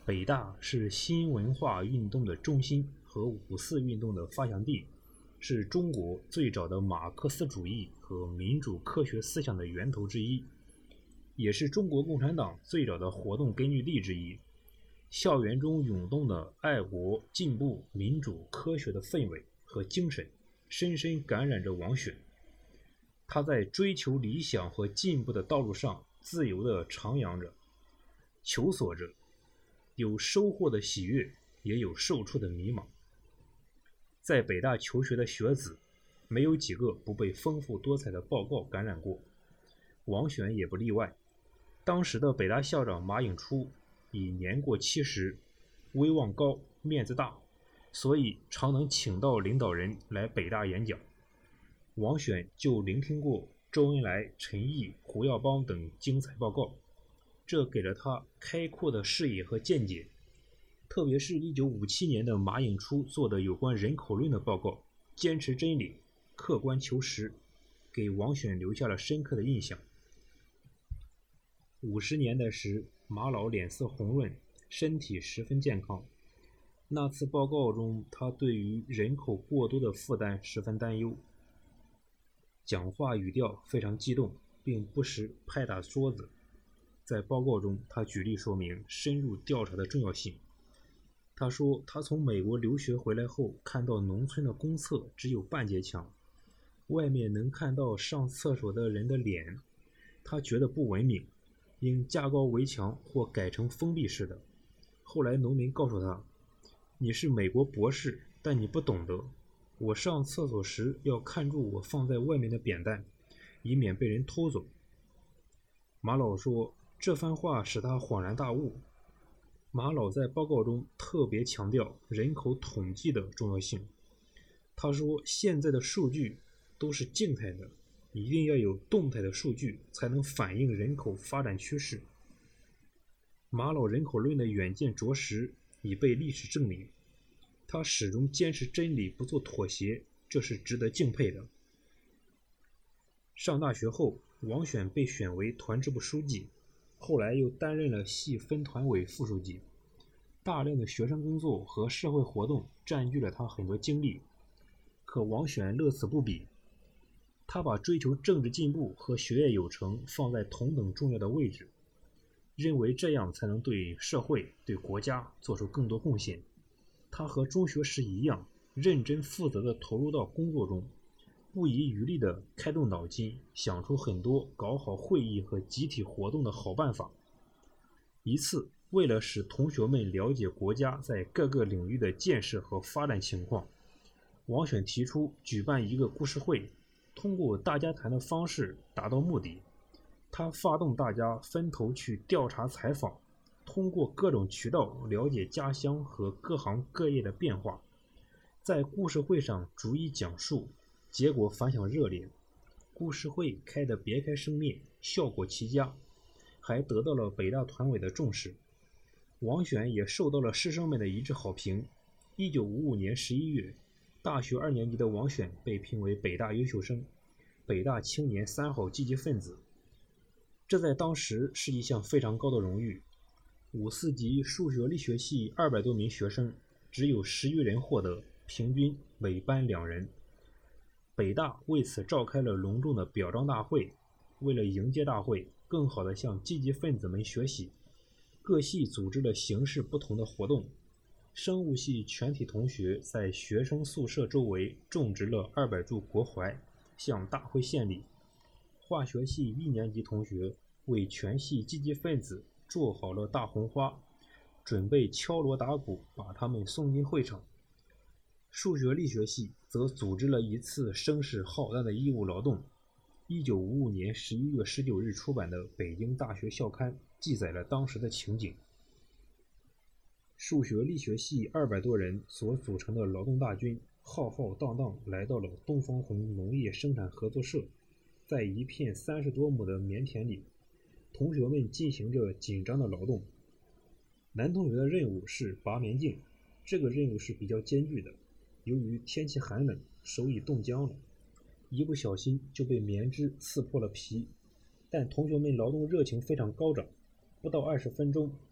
北大是新文化运动的中心和五四运动的发祥地，是中国最早的马克思主义和民主科学思想的源头之一，也是中国共产党最早的活动根据地之一。校园中涌动的爱国、进步、民主、科学的氛围和精神，深深感染着王选。他在追求理想和进步的道路上自由地徜徉着，求索着，有收获的喜悦，也有受挫的迷茫。在北大求学的学子，没有几个不被丰富多彩的报告感染过，王选也不例外。当时的北大校长马颖初已年过70，威望高，面子大，所以常能请到领导人来北大演讲。王选就聆听过周恩来、陈毅、胡耀邦等精彩报告，这给了他开阔的视野和见解。特别是1957年的马颖初做的有关人口论的报告，坚持真理，客观求实，给王选留下了深刻的印象。50年代时，马老脸色红润，身体十分健康。那次报告中，他对于人口过多的负担十分担忧，讲话语调非常激动，并不时拍打桌子。在报告中，他举例说明深入调查的重要性。他说，他从美国留学回来后，看到农村的公厕只有半截墙，外面能看到上厕所的人的脸，他觉得不文明，应加高围墙或改成封闭式的。后来农民告诉他，你是美国博士，但你不懂得，我上厕所时要看住我放在外面的扁担，以免被人偷走。马老说，这番话使他恍然大悟。马老在报告中特别强调人口统计的重要性。他说，现在的数据都是静态的，一定要有动态的数据才能反映人口发展趋势。马老人口论的远见卓识已被历史证明，他始终坚持真理，不做妥协，这是值得敬佩的。上大学后，王选被选为团支部书记，后来又担任了系分团委副书记。大量的学生工作和社会活动占据了他很多精力，可王选乐此不疲。他把追求政治进步和学业有成放在同等重要的位置，认为这样才能对社会、对国家做出更多贡献。他和中学时一样，认真负责地投入到工作中，不遗余力地开动脑筋，想出很多搞好会议和集体活动的好办法。一次，为了使同学们了解国家在各个领域的建设和发展情况，王选提出举办一个故事会，通过大家谈的方式达到目的。他发动大家分头去调查采访，通过各种渠道了解家乡和各行各业的变化，在故事会上逐一讲述，结果反响热烈。故事会开得别开生面，效果奇佳，还得到了北大团委的重视。王选也受到了师生们的一致好评。1955年11月，大学2年级的王选被评为北大优秀生，北大青年3好积极分子。这在当时是一项非常高的荣誉。54级数学力学系200多名学生，只有10余人获得，平均每班2人。北大为此召开了隆重的表彰大会，为了迎接大会，更好地向积极分子们学习，各系组织了形式不同的活动。生物系全体同学在学生宿舍周围种植了200株国槐，向大会献礼。化学系1年级同学为全系积极分子做好了大红花，准备敲锣打鼓把他们送进会场。数学力学系则组织了一次声势浩大的义务劳动。1955年11月19日出版的《北京大学校刊》记载了当时的情景。数学力学系200多人所组成的劳动大军浩浩荡荡来到了东方红农业生产合作社，在一片30多亩的棉田里，同学们进行着紧张的劳动。男同学的任务是拔棉镜，这个任务是比较艰巨的，由于天气寒冷，手已冻僵了，一不小心就被棉织刺破了皮。但同学们劳动热情非常高涨，不到20分钟，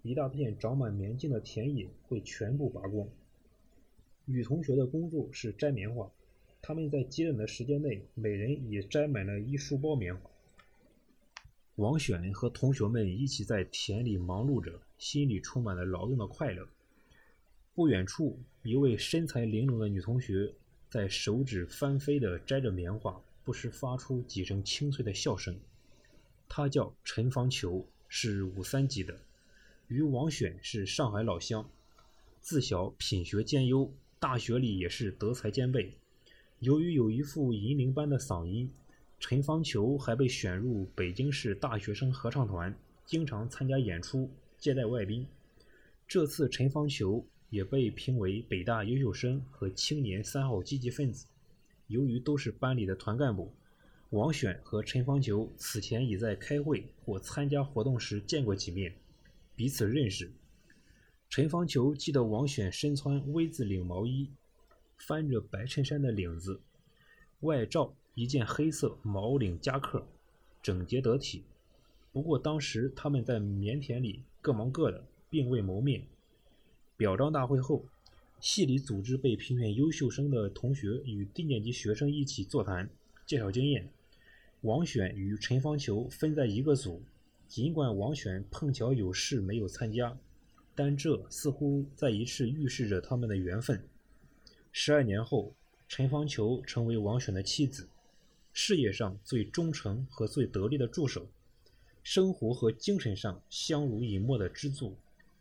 一大片长满棉茎的田野会全部拔光。女同学的工作是摘棉花，她们在极短的时间内，每人也摘满了一书包棉花。王选和同学们一起在田里忙碌着，心里充满了劳动的快乐。不远处，一位身材玲珑的女同学在手指翻飞地摘着棉花，不时发出几声清脆的笑声。她叫陈芳球，是5、3级的，与王选是上海老乡。自小品学兼优，大学里也是德才兼备。由于有一副银铃般的嗓音，陈芳球还被选入北京市大学生合唱团，经常参加演出，接待外宾。这次陈芳球也被评为北大优秀生和青年3号积极分子。由于都是班里的团干部，王选和陈芳球此前已在开会或参加活动时见过几面，彼此认识。陈芳球记得王选身穿 V 字领毛衣，翻着白衬衫的领子，外罩一件黑色毛领夹克，整洁得体。不过当时他们在棉田里各忙各的，并未谋面。表彰大会后，系里组织被评选优秀生的同学与低年级学生一起座谈，介绍经验。王选与陈芳球分在一个组，尽管王选碰巧有事没有参加，但这似乎再一次预示着他们的缘分。12年后，陈芳球成为王选的妻子，事业上最忠诚和最得力的助手，生活和精神上相濡以沫的支柱。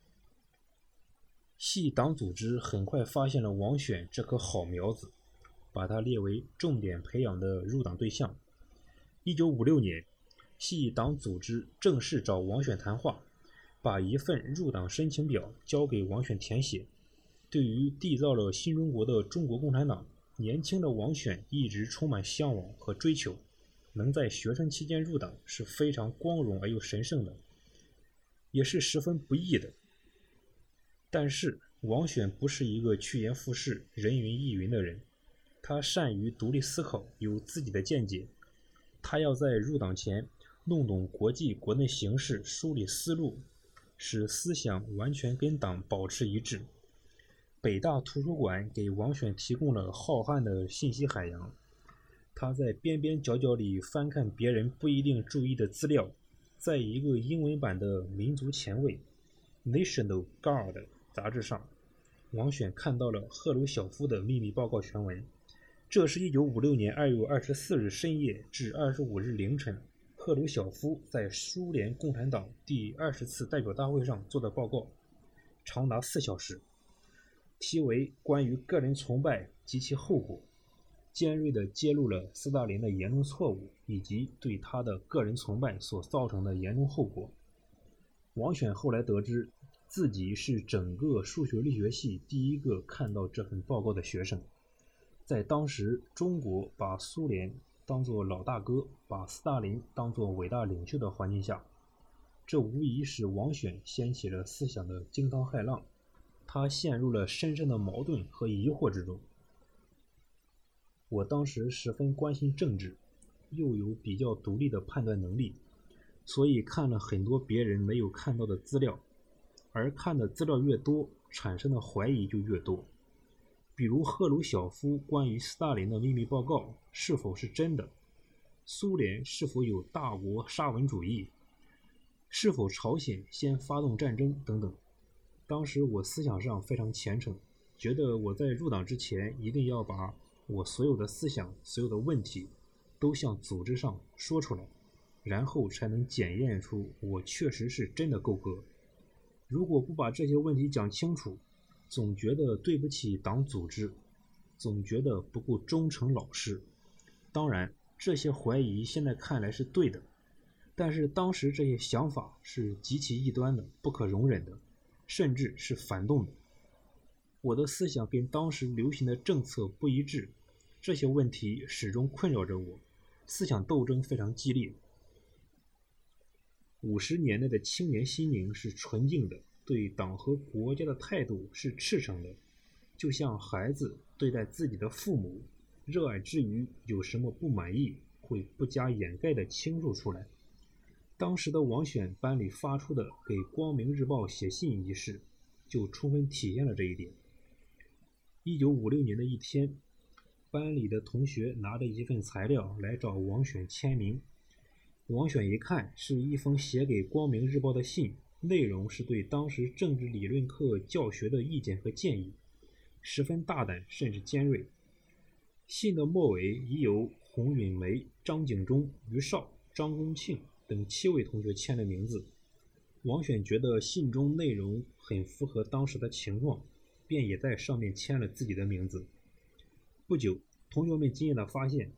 系党组织很快发现了王选这棵好苗子，把他列为重点培养的入党对象。1956年，系党组织正式找王选谈话，把一份入党申请表交给王选填写。对于缔造了新中国的中国共产党，年轻的王选一直充满向往和追求，能在学生期间入党是非常光荣而又神圣的，也是十分不易的。但是王选不是一个趋炎附势、人云亦云的人，他善于独立思考，有自己的见解。他要在入党前弄懂国际国内形势，梳理思路，使思想完全跟党保持一致。北大图书馆给王选提供了浩瀚的信息海洋，他在边边角角里翻看别人不一定注意的资料。在一个英文版的民族前卫 National Guard 杂志上，王选看到了赫鲁晓夫的秘密报告全文。这是1956年2月24日深夜至25日凌晨，赫鲁晓夫在苏联共产党第20次代表大会上做的报告，长达4小时，题为关于个人崇拜及其后果，尖锐地揭露了斯大林的严重错误以及对他的个人崇拜所造成的严重后果。王选后来得知，自己是整个数学力学系第一个看到这份报告的学生。在当时，中国把苏联当作老大哥，把斯大林当作伟大领袖的环境下，这无疑使王选掀起了思想的惊涛骇浪，他陷入了深深的矛盾和疑惑之中。我当时十分关心政治，又有比较独立的判断能力，所以看了很多别人没有看到的资料，而看的资料越多，产生的怀疑就越多。比如赫鲁晓夫关于斯大林的秘密报告是否是真的？苏联是否有大国沙文主义？是否朝鲜先发动战争等等。当时我思想上非常虔诚，觉得我在入党之前一定要把我所有的思想、所有的问题都向组织上说出来，然后才能检验出我确实是真的够格。如果不把这些问题讲清楚，总觉得对不起党组织，总觉得不够忠诚老实。当然，这些怀疑现在看来是对的，但是当时这些想法是极其异端的，不可容忍的，甚至是反动的。我的思想跟当时流行的政策不一致，这些问题始终困扰着我，思想斗争非常激烈。50年代的青年心灵是纯净的，对党和国家的态度是赤诚的，就像孩子对待自己的父母，热爱之余有什么不满意，会不加掩盖地倾诉出来。 当时的王选班里发出的给光明日报写信一事，就充分体现了这一点。1956年的一天，班里的同学拿着一份材料来找王选签名。王选一看，是一封写给光明日报的信，内容是对当时政治理论课教学的意见和建议，十分大胆甚至尖锐。信的末尾已有洪允梅、张景忠、于少、张公庆等7位同学签了名字。王选觉得信中内容很符合当时的情况，便也在上面签了自己的名字。不久，同学们惊讶地发现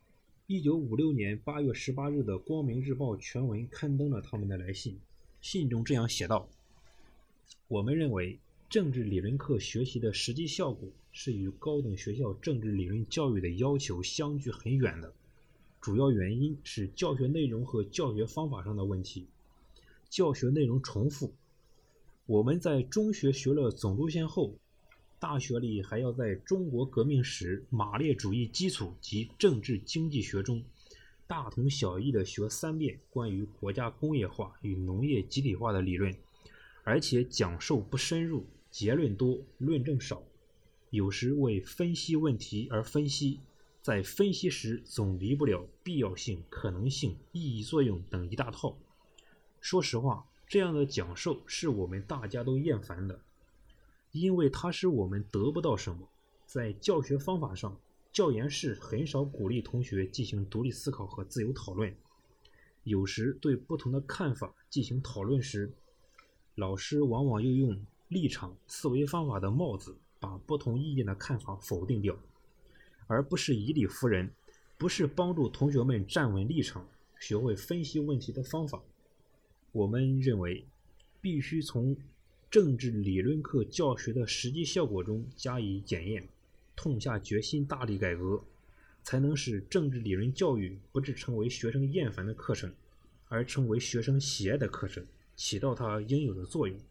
，1956年8月18日的《光明日报》全文刊登了他们的来信。信中这样写道：我们认为政治理论课学习的实际效果是与高等学校政治理论教育的要求相距很远的，主要原因是教学内容和教学方法上的问题。教学内容重复，我们在中学学了总路线后，大学里还要在中国革命史、马列主义基础及政治经济学中大同小异地学3遍关于国家工业化与农业集体化的理论，而且讲授不深入，结论多，论证少，有时为分析问题而分析，在分析时总离不了必要性、可能性、意义作用等一大套。说实话，这样的讲授是我们大家都厌烦的，因为它使我们得不到什么。在教学方法上，教研室很少鼓励同学进行独立思考和自由讨论，有时对不同的看法进行讨论时，老师往往又用立场、思维方法的帽子把不同意见的看法否定掉，而不是以理服人，不是帮助同学们站稳立场，学会分析问题的方法。我们认为，必须从政治理论课教学的实际效果中加以检验，痛下决心大力改革，才能使政治理论教育不致成为学生厌烦的课程，而成为学生喜爱的课程，起到它应有的作用。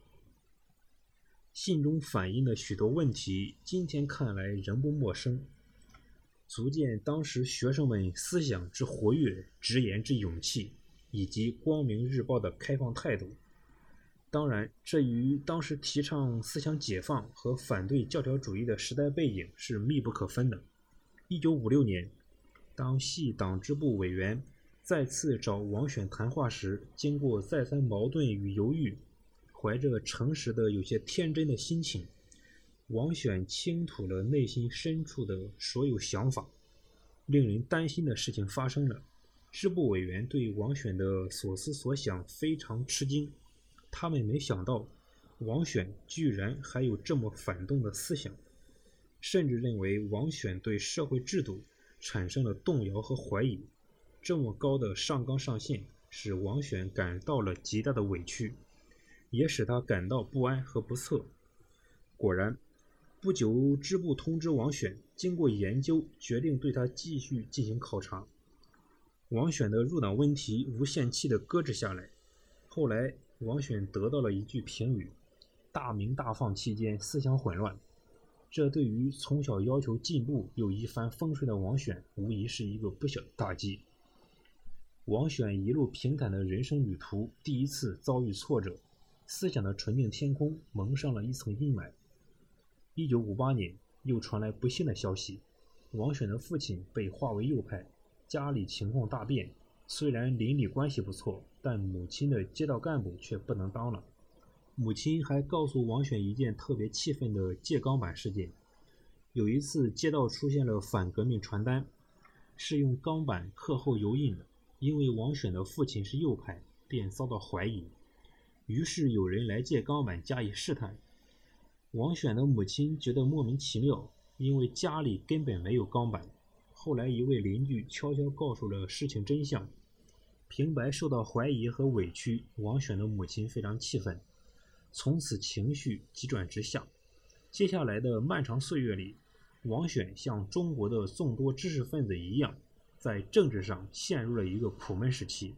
信中反映的许多问题，今天看来仍不陌生，足见当时学生们思想之活跃、直言之勇气，以及光明日报的开放态度。当然，这与当时提倡思想解放和反对教条主义的时代背景是密不可分的。1956年，当系党支部委员再次找王选谈话时，经过再三矛盾与犹豫，怀着诚实的有些天真的心情，王选倾吐了内心深处的所有想法。令人担心的事情发生了，支部委员对王选的所思所想非常吃惊，他们没想到王选居然还有这么反动的思想，甚至认为王选对社会制度产生了动摇和怀疑。这么高的上纲上线，使王选感到了极大的委屈，也使他感到不安和不测。果然，不久支部通知王选，经过研究，决定对他继续进行考察。王选的入党问题无限期地搁置下来。后来王选得到了一句评语：大鸣大放期间思想混乱。这对于从小要求进步又一帆风顺的王选，无疑是一个不小的打击。王选一路平坦的人生旅途，第一次遭遇挫折，思想的纯净天空蒙上了一层阴霾。1958年，又传来不幸的消息，王选的父亲被划为右派，家里情况大变，虽然邻里关系不错，但母亲的街道干部却不能当了。母亲还告诉王选一件特别气愤的借钢板事件。有一次街道出现了反革命传单，是用钢板刻后油印的，因为王选的父亲是右派，便遭到怀疑，于是有人来借钢板加以试探。王选的母亲觉得莫名其妙，因为家里根本没有钢板。后来一位邻居悄悄告诉了事情真相，平白受到怀疑和委屈，王选的母亲非常气愤，从此情绪急转直下。接下来的漫长岁月里，王选像中国的众多知识分子一样，在政治上陷入了一个苦闷时期。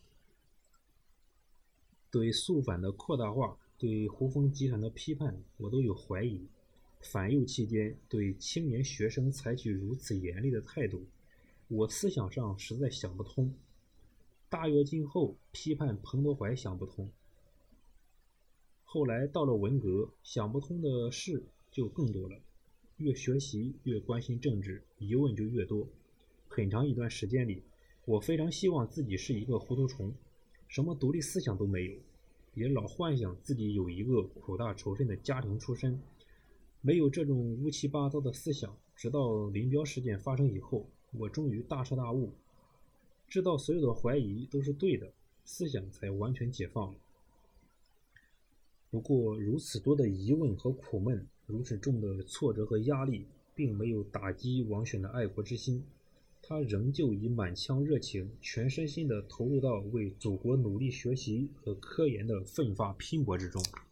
对肃反的扩大化，对胡风集团的批判，我都有怀疑。反右期间对青年学生采取如此严厉的态度，我思想上实在想不通。 大跃进后批判彭德怀想不通，后来到了文革，想不通的事就更多了，越学习越关心政治，疑问就越多。很长一段时间里，我非常希望自己是一个糊涂虫，什么独立思想都没有，也老幻想自己有一个苦大仇深的家庭出身，没有这种乌七八糟的思想。直到林彪事件发生以后，我终于大彻大悟，知道所有的怀疑都是对的，思想才完全解放了。不过如此多的疑问和苦闷，如此重的挫折和压力，并没有打击王选的爱国之心，他仍旧以满腔热情，全身心地投入到为祖国努力学习和科研的奋发拼搏之中。